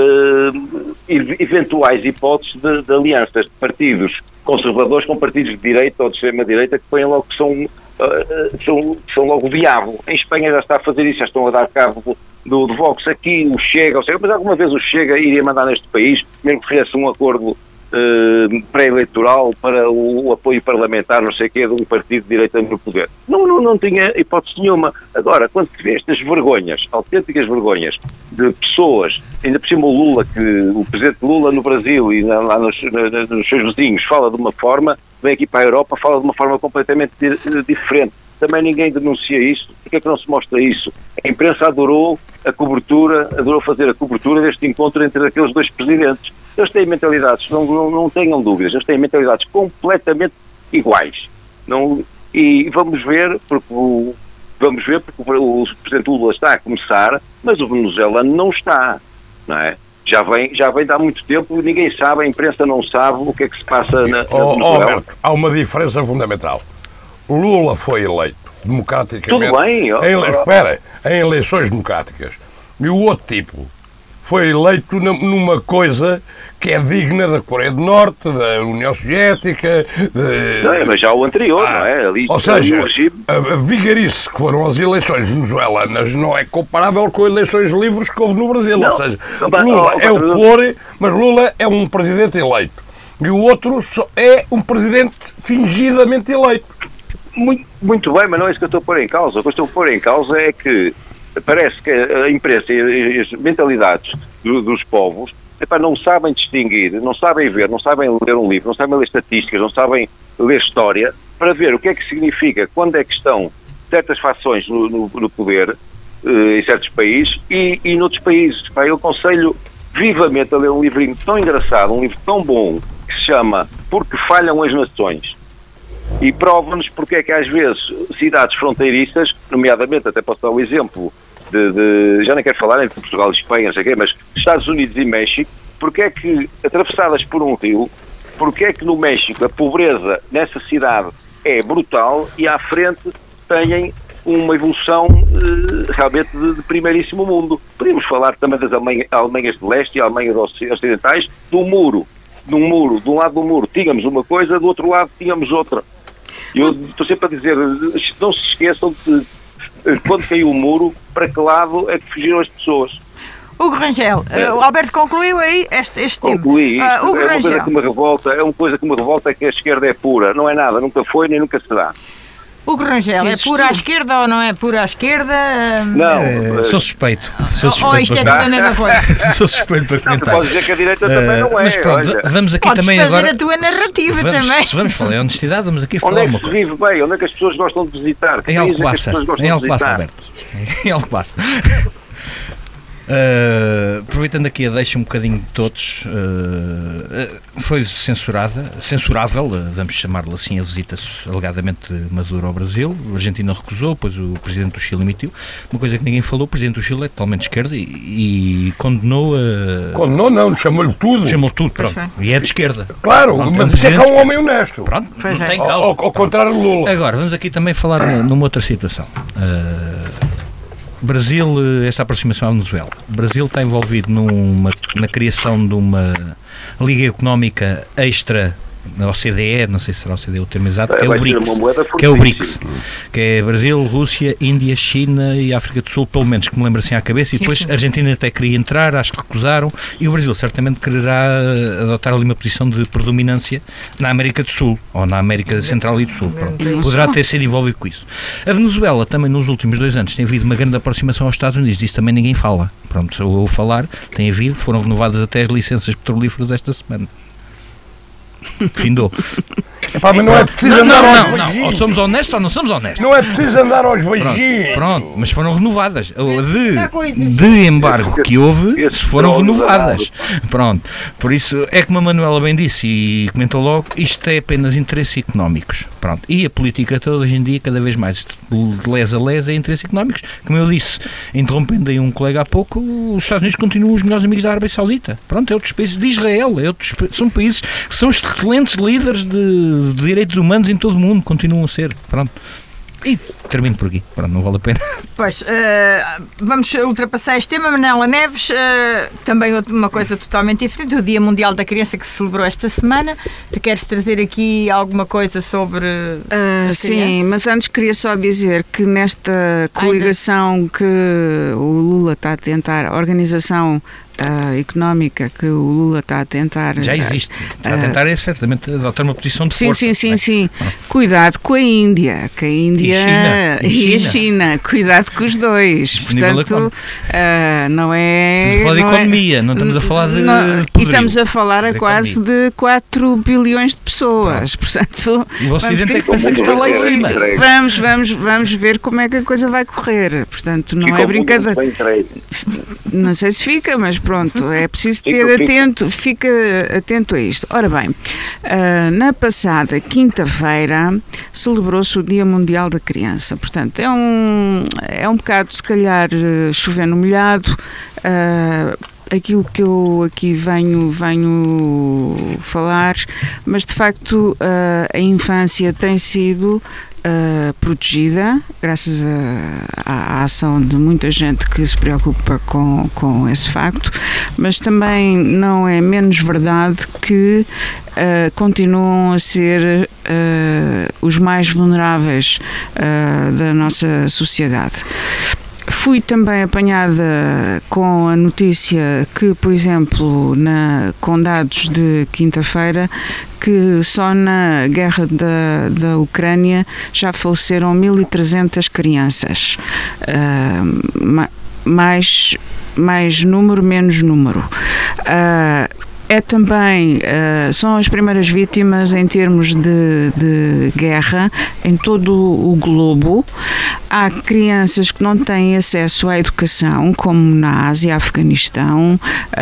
uh, eventuais hipóteses de, de alianças de partidos conservadores com partidos de direita ou de extrema-direita que põem logo que são, uh, são, são logo o diabo. Em Espanha já está a fazer isso, já estão a dar cabo do, do, do Vox. Aqui o Chega, ou seja, mas alguma vez o Chega iria mandar neste país, mesmo que fizesse um acordo Uh, pré-eleitoral para o, o apoio parlamentar, não sei o quê, de um partido de direita no poder. Não, não, não tinha hipótese nenhuma. Agora, quando se vê estas vergonhas, autênticas vergonhas, de pessoas, ainda por cima o Lula, que o presidente Lula no Brasil e na, lá nos, na, nos seus vizinhos fala de uma forma, vem aqui para a Europa, fala de uma forma completamente di- diferente. Também ninguém denuncia isso. Por é que não se mostra isso? A imprensa adorou a cobertura, adorou fazer a cobertura deste encontro entre aqueles dois presidentes. Eles têm mentalidades, não, não, não tenham dúvidas, eles têm mentalidades completamente iguais. Não, e vamos ver, porque o, vamos ver, porque o, o presidente Lula está a começar, mas o venezuelano não está, não é? Já vem, já vem de há muito tempo, ninguém sabe, a imprensa não sabe o que é que se passa na, na Oh, Venezuela. Alberto, há uma diferença fundamental. Lula foi eleito democraticamente. Tudo bem, ó. Em, espera, em eleições democráticas. E o outro tipo foi eleito numa coisa que é digna da Coreia do Norte, da União Soviética. De... Não, mas já o anterior, Ah, não é? Ali, ou seja, ali o regime. a, a vigarice que foram as eleições venezuelanas não é comparável com eleições livres que houve no Brasil. Não. Ou seja, Mas, Lula oh, é o mas- flor, mas Lula é um presidente eleito. E o outro só é um presidente fingidamente eleito. Muito, muito bem, mas não é isso que eu estou a pôr em causa. O que eu estou a pôr em causa é que parece que a imprensa e as mentalidades do, dos povos epá, não sabem distinguir, não sabem ver, não sabem ler um livro, não sabem ler estatísticas, não sabem ler história para ver o que é que significa quando é que estão certas fações no, no, no poder eh, em certos países e, e noutros países. Epá, eu aconselho vivamente a ler um livrinho tão engraçado, um livro tão bom que se chama Porque Falham as Nações. E prova-nos porque é que às vezes cidades fronteiriças, nomeadamente, até posso dar o exemplo de, de, já nem quero falar entre Portugal e Espanha, não sei o quê, mas Estados Unidos e México, porque é que, atravessadas por um rio, porque é que no México a pobreza nessa cidade é brutal e à frente têm uma evolução uh, realmente de, de primeiríssimo mundo. Podíamos falar também das Alemanha, Alemanhas de Leste e Alemanhas Ocidentais, do muro, de um muro, de um lado do muro tínhamos uma coisa, do outro lado tínhamos outra. Eu estou sempre a dizer, não se esqueçam de quando caiu o muro, para que lado é que fugiram as pessoas. Hugo Rangel, É. uh, o Alberto concluiu aí este, este tema. Concluí isto, Uh, Hugo é uma coisa Rangel, que me revolta, é uma coisa que me revolta é que a esquerda é pura, não é nada, nunca foi nem nunca será. Hugo Rangel, é Dizes pura à tu. esquerda ou não é pura à esquerda? Uh, Não, É, eh, sou suspeito. Sou ou suspeito isto é para tudo a mesma coisa? Sou suspeito para não, tu comentar. podes dizer que a direita também Eh, não é. mas pronto, olha. vamos aqui Podes também fazer agora. a tua narrativa vamos, também. Se vamos falar em honestidade, vamos aqui falar Onde é uma que se coisa. vive bem? Onde é que as pessoas gostam de visitar? Que Em país é que as Alcobaça, pessoas gostam em de Alcobaça, visitar? Alberto. Em Alcobaça. Uh, aproveitando aqui a deixa um bocadinho de todos, uh, uh, foi censurada, censurável, uh, vamos chamar-lhe assim, a visita alegadamente de Maduro ao Brasil. A Argentina recusou, depois o Presidente do Chile emitiu. Uma coisa que ninguém falou, o Presidente do Chile é totalmente de esquerda e, e condenou a... Condenou não, chamou-lhe tudo. Chamou tudo, pronto. Pois E é de esquerda. Claro, Pronto, mas é um isso é que é presidente um homem honesto. Pronto, Pois não é. tem Ao, causa. ao- ao contrário de Lula. Agora, vamos aqui também falar numa outra situação. Uh, Brasil, esta aproximação à Venezuela. O Brasil está envolvido numa, na criação de uma Liga Económica Extra, na O C D E, não sei se será o C D E o termo exato, que é o Vai ser BRICS. uma moeda Que é o BRICS, fortíssima. que é Brasil, Rússia, Índia, China e África do Sul, pelo menos que me lembro assim à cabeça, e Sim, depois sim. a Argentina até queria entrar, acho que recusaram, e o Brasil certamente quererá adotar ali uma posição de predominância na América do Sul, ou na América Central e do Sul, pronto. Poderá ter sido envolvido com isso. A Venezuela também nos últimos dois anos tem havido uma grande aproximação aos Estados Unidos, disso também ninguém fala, pronto, se eu vou falar, tem havido, foram renovadas até as licenças petrolíferas esta semana. Findou. Epá, mas não é preciso Não, andar não, aos não, não, ou beijinhos. somos honestos ou não somos honestos. Não é preciso andar aos Pronto, beijinhos. pronto, mas foram renovadas. Há coisas. De, de embargo que houve, Esse foram trono renovadas. Pronto, por isso é como a Manuela bem disse e comentou logo, isto é apenas interesses económicos. Pronto, e a política toda hoje em dia, cada vez mais de les a les, é interesses económicos. Como eu disse, interrompendo aí um colega há pouco, os Estados Unidos continuam os melhores amigos da Arábia Saudita. Pronto, é outros países, de Israel, é outros, são países que são excelentes líderes de, de direitos humanos em todo o mundo, continuam a ser. Pronto. E termino por aqui. Pronto, não vale a pena. Pois, uh, vamos ultrapassar este tema. Manela Neves, uh, também outra- uma coisa totalmente diferente, o Dia Mundial da Criança que se celebrou esta semana. Te queres trazer aqui alguma coisa sobre Ah, as sim, crianças? mas antes queria só dizer que nesta coligação que o Lula está a tentar, a organização ah, económica que o Lula está a tentar. Já existe. Está a tentar é certamente adotar uma posição de Sim, força. sim, sim, né? sim. Cuidado com a Índia, que a Índia China, e e a China. China. Cuidado com os dois. Nível Portanto, económico. ah, não é. Estamos a falar de não é- economia, não estamos a falar de, Não, de e poderio. estamos a falar a De quase economia. de quatro bilhões de pessoas. Portanto, E o Ocidente ter é que pensa que está lá em cima. Vamos, vamos, vamos ver como é que a coisa vai correr. Portanto, não Ficou é muito brincadeira. bem entregue. Não sei se fica, mas pronto, é preciso Fica, ter fica. atento, fica atento a isto. Ora bem, ah, na passada quinta-feira celebrou-se o Dia Mundial da Criança. Portanto, é um, é um bocado, se calhar, eh, chover no molhado. ah, Aquilo que eu aqui venho, venho falar, mas de facto ah, a infância tem sido Uh, protegida, graças a- à, à ação de muita gente que se preocupa com, com esse facto, mas também não é menos verdade que uh, continuam a ser uh, os mais vulneráveis uh, da nossa sociedade. Fui também apanhada com a notícia que, por exemplo, na, com dados de quinta-feira, que só na guerra da, da Ucrânia já faleceram mil e trezentas crianças. Uh, ma- mais, mais número, menos número. Uh, É também, uh, são as primeiras vítimas em termos de, de guerra em todo o globo. Há crianças que não têm acesso à educação, como na Ásia, Afeganistão,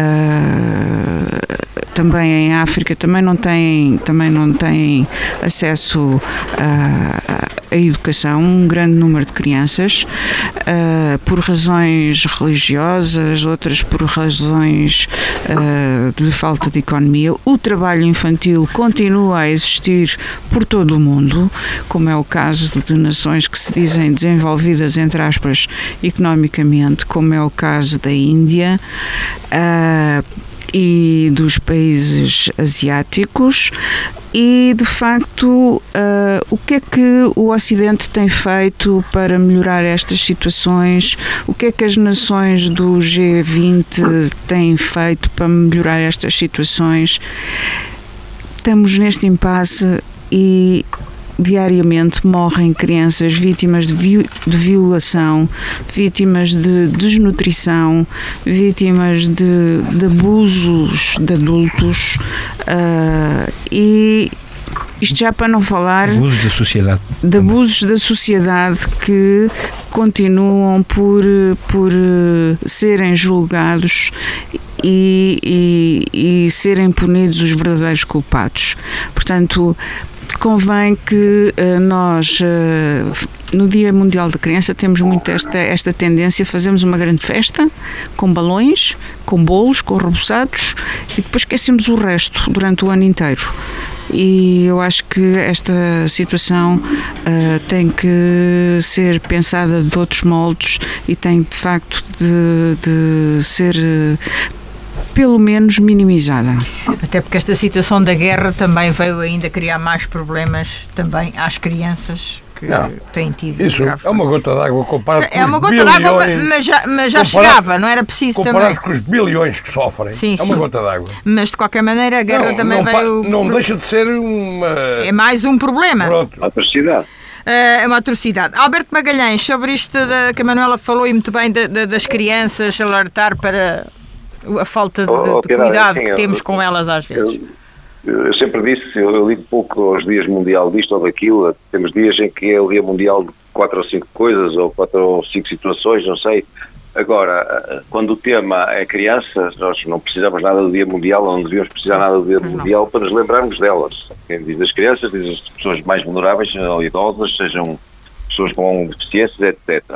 uh, também em África, também não têm, também não têm acesso a a educação, um grande número de crianças, uh, por razões religiosas, outras por razões uh, de falta de economia. O trabalho infantil continua a existir por todo o mundo, como é o caso de nações que se dizem desenvolvidas, entre aspas, economicamente, como é o caso da Índia, uh, e dos países asiáticos. E, de facto, uh, o que é que o Ocidente tem feito para melhorar estas situações? O que é que as nações do G vinte têm feito para melhorar estas situações? Estamos neste impasse e diariamente morrem crianças vítimas de, vi- de violação, vítimas de desnutrição, vítimas de, de abusos de adultos, uh, e isto já para não falar abusos da sociedade, de abusos da sociedade que continuam por, por serem julgados e, e, e serem punidos os verdadeiros culpados. Portanto, convém que uh, nós, uh, no Dia Mundial da Criança, temos muito esta, esta tendência, fazemos uma grande festa, com balões, com bolos, com reboçados, e depois esquecemos o resto durante o ano inteiro. E eu acho que esta situação uh, tem que ser pensada de outros moldes e tem, de facto, de, de ser Uh, pelo menos minimizada. Até porque esta situação da guerra também veio ainda criar mais problemas também às crianças que não, têm tido. Isso é uma gota d'água comparado com é uma os gota bilhões, d'água, mas já, mas já chegava, não era preciso comparado também. Comparado com os bilhões que sofrem, sim, é uma sim. gota d'água. Mas de qualquer maneira a guerra não, também não, veio... Não deixa de ser uma... É mais um problema. Pronto. Uma atrocidade. É uma atrocidade. Alberto Magalhães, sobre isto da, que a Manuela falou e muito bem de, de, das crianças, alertar para a falta de, oh, de cuidado assim, que eu, temos com elas às vezes. Eu, eu sempre disse, eu, eu ligo pouco aos dias mundial disto ou daquilo, temos dias em que é o dia mundial de quatro ou cinco coisas, ou quatro ou cinco situações, não sei. Agora, quando o tema é crianças, nós não precisamos nada do dia mundial, não devíamos precisar nada do dia não. mundial para nos lembrarmos delas. Quem diz as crianças, diz as pessoas mais vulneráveis, sejam idosas, sejam pessoas com deficiências, etcétera.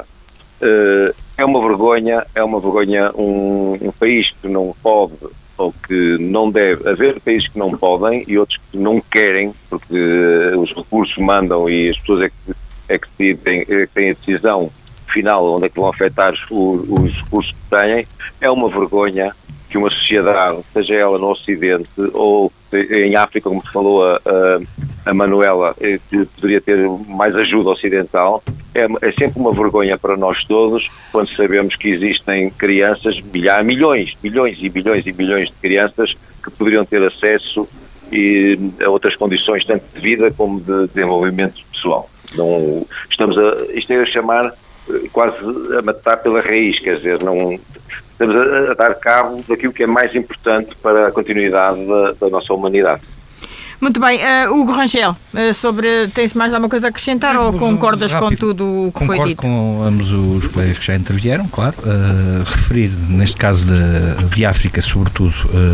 Uh, é uma vergonha, é uma vergonha um, um país que não pode ou que não deve, haver países que não podem e outros que não querem, porque uh, os recursos mandam e as pessoas é que, é que, decidem, é que têm a decisão final onde é que vão afetar os, os recursos que têm. É uma vergonha que uma sociedade, seja ela no Ocidente ou em África, como falou a, a, a Manuela, que poderia ter mais ajuda ocidental, é, é sempre uma vergonha para nós todos quando sabemos que existem crianças, milhares, milhões, milhões e bilhões e bilhões de crianças que poderiam ter acesso e, a outras condições, tanto de vida como de desenvolvimento pessoal. Não, estamos a, isto é a chamar quase a matar pela raiz, quer dizer, não... Estamos a, a dar cabo daquilo que é mais importante para a continuidade da, da nossa humanidade. Muito bem. Uh, Hugo Rangel, uh, sobre, tens mais alguma coisa a acrescentar é, ou concordas rápido. com tudo o que Concordo foi dito? Concordo com ambos os colegas que já intervieram, claro. Uh, referir, neste caso de, de África, sobretudo,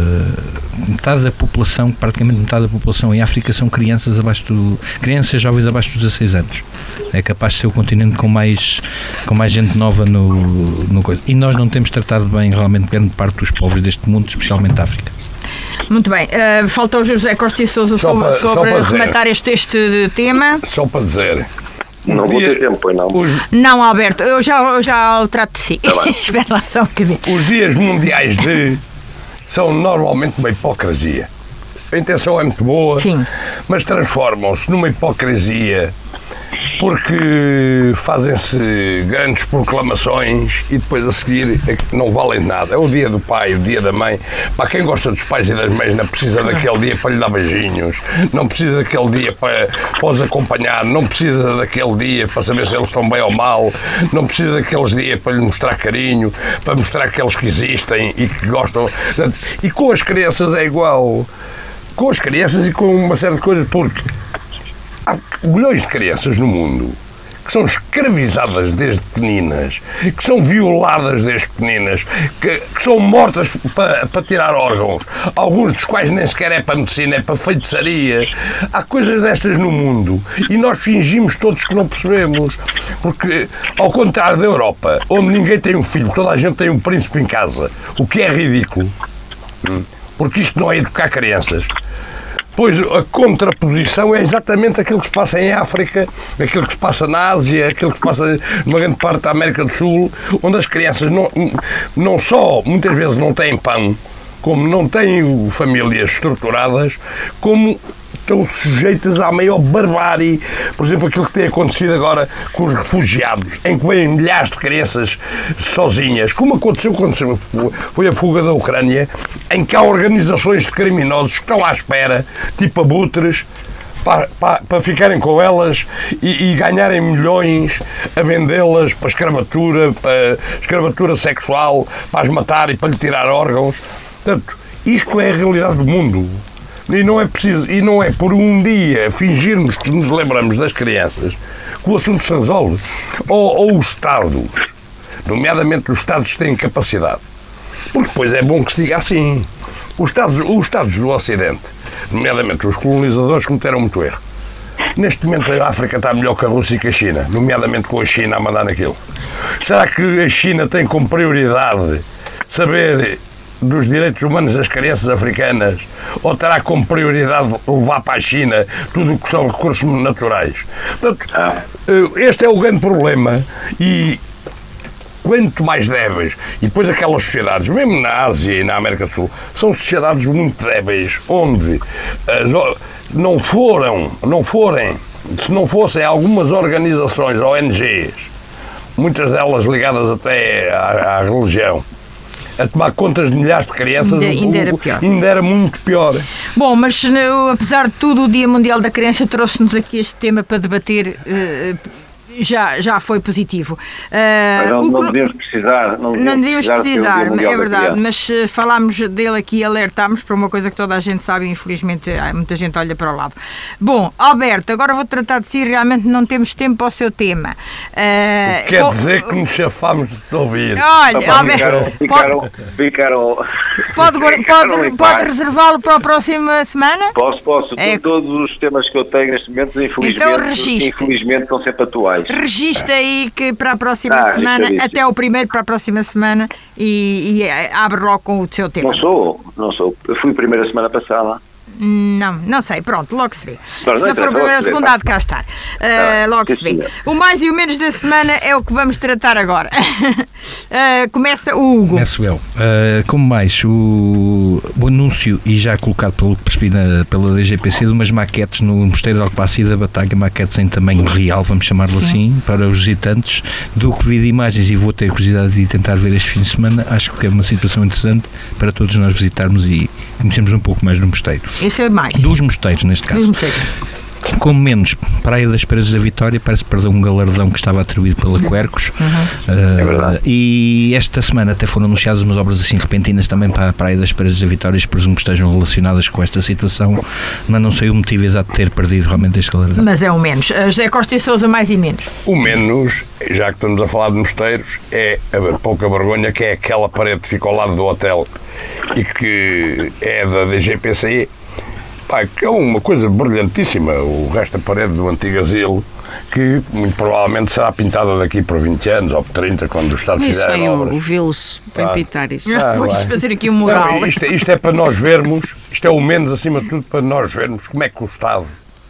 uh, metade da população, praticamente metade da população em África são crianças abaixo do, crianças jovens abaixo dos dezasseis anos. É capaz de ser o continente com mais, com mais gente nova no, no coisa. E nós não temos tratado bem realmente grande parte dos povos deste mundo, especialmente da África. Muito bem, uh, falta o José Costa e Sousa sobre, para, sobre rematar este, este tema. Só para dizer. Não vou ter tempo, pois não. Os... Não, Alberto, eu já, eu já o trato de si. Tá Espera lá só um bocadinho. Os dias mundiais de são normalmente uma hipocrisia. A intenção é muito boa, sim, mas transformam-se numa hipocrisia porque fazem-se grandes proclamações e depois a seguir não valem nada. É o dia do pai, o dia da mãe. Para quem gosta dos pais e das mães não precisa daquele dia para lhe dar beijinhos, não precisa daquele dia para, para os acompanhar, não precisa daquele dia para saber se eles estão bem ou mal, não precisa daqueles dias para lhe mostrar carinho, para mostrar que eles que existem e que gostam. E com as crianças é igual. Com as crianças e com uma série de coisas, porque há milhões de crianças no mundo que que são escravizadas desde pequeninas, que são violadas desde pequeninas, que, que são mortas para, para tirar órgãos, alguns dos quais nem sequer é para medicina, é para feitiçaria. Há coisas destas no mundo e nós fingimos todos que não percebemos, porque ao contrário da Europa, onde ninguém tem um filho, toda a gente tem um príncipe em casa, o que é ridículo, porque isto não é educar crianças. Pois a contraposição é exatamente aquilo que se passa em África, aquilo que se passa na Ásia, aquilo que se passa numa grande parte da América do Sul, onde as crianças não, não só muitas vezes não têm pão, como não têm famílias estruturadas, como estão sujeitas à maior barbárie. Por exemplo, aquilo que tem acontecido agora com os refugiados, em que vêm milhares de crianças sozinhas, como aconteceu quando foi a fuga da Ucrânia, em que há organizações de criminosos que estão à espera, tipo abutres, para, para, para ficarem com elas e, e ganharem milhões a vendê-las para escravatura, para escravatura sexual, para as matar e para lhe tirar órgãos. Portanto, isto é a realidade do mundo. E não é preciso, e não é por um dia fingirmos que nos lembramos das crianças que o assunto se resolve. Ou, ou os Estados, nomeadamente os Estados que têm capacidade. Porque depois é bom que se diga assim. Os Estados, os Estados do Ocidente, nomeadamente os colonizadores, cometeram muito erro. Neste momento a África está melhor que a Rússia e que a China, nomeadamente com a China a mandar naquilo. Será que a China tem como prioridade saber dos direitos humanos das crianças africanas, ou terá como prioridade levar para a China tudo o que são recursos naturais? Portanto, este é o grande problema e quanto mais débeis, e depois aquelas sociedades, mesmo na Ásia e na América do Sul, são sociedades muito débeis, onde as, não foram, não forem, se não fossem algumas organizações, O N Gs, muitas delas ligadas até à, à religião, a tomar contas de milhares de crianças, ainda, ainda, era pior. ainda era muito pior. Bom, mas apesar de tudo, o Dia Mundial da Criança trouxe-nos aqui este tema para debater. Uh, Já, já foi positivo. Uh, não, não devíamos precisar. Não devíamos, não devíamos precisar, precisar é verdade, mas uh, falámos dele aqui e alertámos para uma coisa que toda a gente sabe e infelizmente muita gente olha para o lado. Bom, Alberto, agora vou tratar de si, realmente não temos tempo para o seu tema. Uh, Quer com... dizer que nos chafámos de ouvir. Olha, Opa, Alberto, ficaram, pode, ficaram, pode, ficaram pode, pode reservá-lo para a próxima semana? Posso, posso. É. Todos os temas que eu tenho neste momento, infelizmente, então, infelizmente são sempre atuais. Registra aí que para a próxima ah, semana, até o primeiro para a próxima semana e, e abre logo com o seu tema. Não sou, não sou. Eu fui a primeira semana passada. Não, não sei, pronto, logo se vê. Claro, se não, não for a primeira ou a segunda, há de cá estar. Uh, ah, logo se vê. Sim. O mais e o menos da semana é o que vamos tratar agora. uh, começa o Hugo. Começo eu. Uh, como mais, o, o anúncio, e já colocado pelo que percebi na, pela D G P C, de umas maquetes no Mosteiro de Alcobaça da Batalha, maquetes em tamanho real, vamos chamá-lo assim, para os visitantes. Do que vi de imagens, e vou ter curiosidade de tentar ver este fim de semana, acho que é uma situação interessante para todos nós visitarmos e conhecermos um pouco mais do mosteiro. Esse é mais. Dos mosteiros, neste caso. Dos mosteiros. Como menos, Praia das Paredes da Vitória parece que perdeu um galardão que estava atribuído pela Quercus. Uhum. Uh, é verdade. E esta semana até foram anunciadas umas obras assim repentinas também para a Praia das Paredes da Vitória, presumo que estejam relacionadas com esta situação, mas não sei o motivo exato de ter perdido realmente este galardão. Mas é o menos. José Costa e Sousa, mais e menos. O menos, já que estamos a falar de mosteiros, é a pouca vergonha que é aquela parede que fica ao lado do hotel e que é da D G P C. Pá, que é uma coisa brilhantíssima, o resto da parede do antigo asilo, que muito provavelmente será pintada daqui por vinte anos ou por trinta, quando o Estado fizer obras. Isso vem o Vils para ah. pintar isso. Ah, Vamos fazer aqui um mural. Não, isto, isto é para nós vermos, isto é o menos acima de tudo para nós vermos como é que o Estado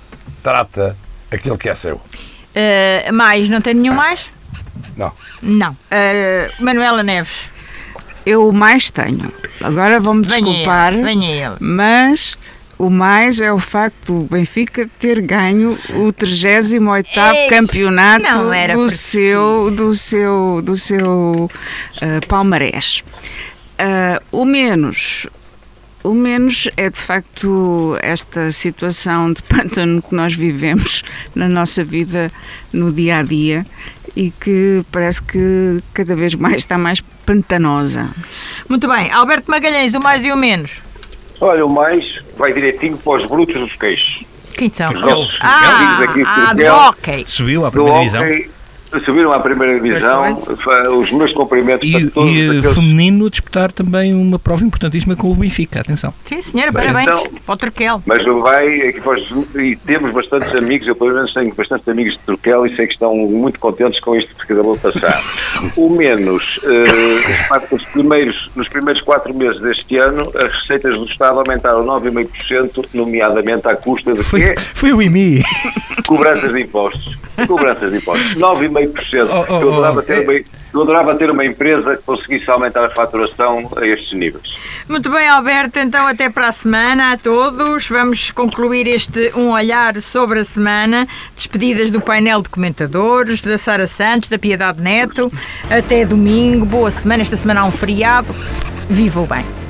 trata aquilo que é seu. Uh, mais, não tem nenhum mais? Não. Não. Uh, Manuela Neves. Eu mais tenho. Agora vou-me desculpar, venha ele. Mas o mais é o facto do Benfica ter ganho o trigésimo oitavo Ei, campeonato do seu, do seu, do seu uh, palmarés. Uh, o menos... O menos é, de facto, esta situação de pântano que nós vivemos na nossa vida, no dia-a-dia, e que parece que cada vez mais está mais pantanosa. Muito bem. Alberto Magalhães, o mais e o menos? Olha, o mais vai direitinho para os brutos dos queixos. Quem são? Os nossos Ah, amigos aqui de ah, do Turquel, hockey. Subiu à do primeira divisão. hóquei, subiram à primeira divisão. Os meus cumprimentos E, para todos e aqueles... feminino a disputar também uma prova importantíssima com o Benfica, atenção. Sim, senhora, Mas parabéns. então- Para o Turquel. Mas vai, aqui faz, e temos bastantes amigos, eu pelo menos tenho bastantes amigos de Turquel e sei que estão muito contentes com isto que acabou de passar. O menos, eh, os primeiros, nos primeiros quatro meses deste ano, as receitas do Estado aumentaram nove vírgula cinco por cento, nomeadamente à custa de Foi, quê? foi o I M I. Cobranças de impostos. Cobranças de impostos. nove vírgula cinco por cento. Oh, oh, Eu adorava oh, ter uma- eu adorava ter uma empresa que conseguisse aumentar a faturação a estes níveis. Muito bem, Alberto, então até para a semana a todos. Vamos concluir este um olhar sobre a semana. Despedidas do painel de comentadores, da Sara Santos, da Piedade Neto. Até domingo, boa semana. Esta semana há um feriado. Viva o bem.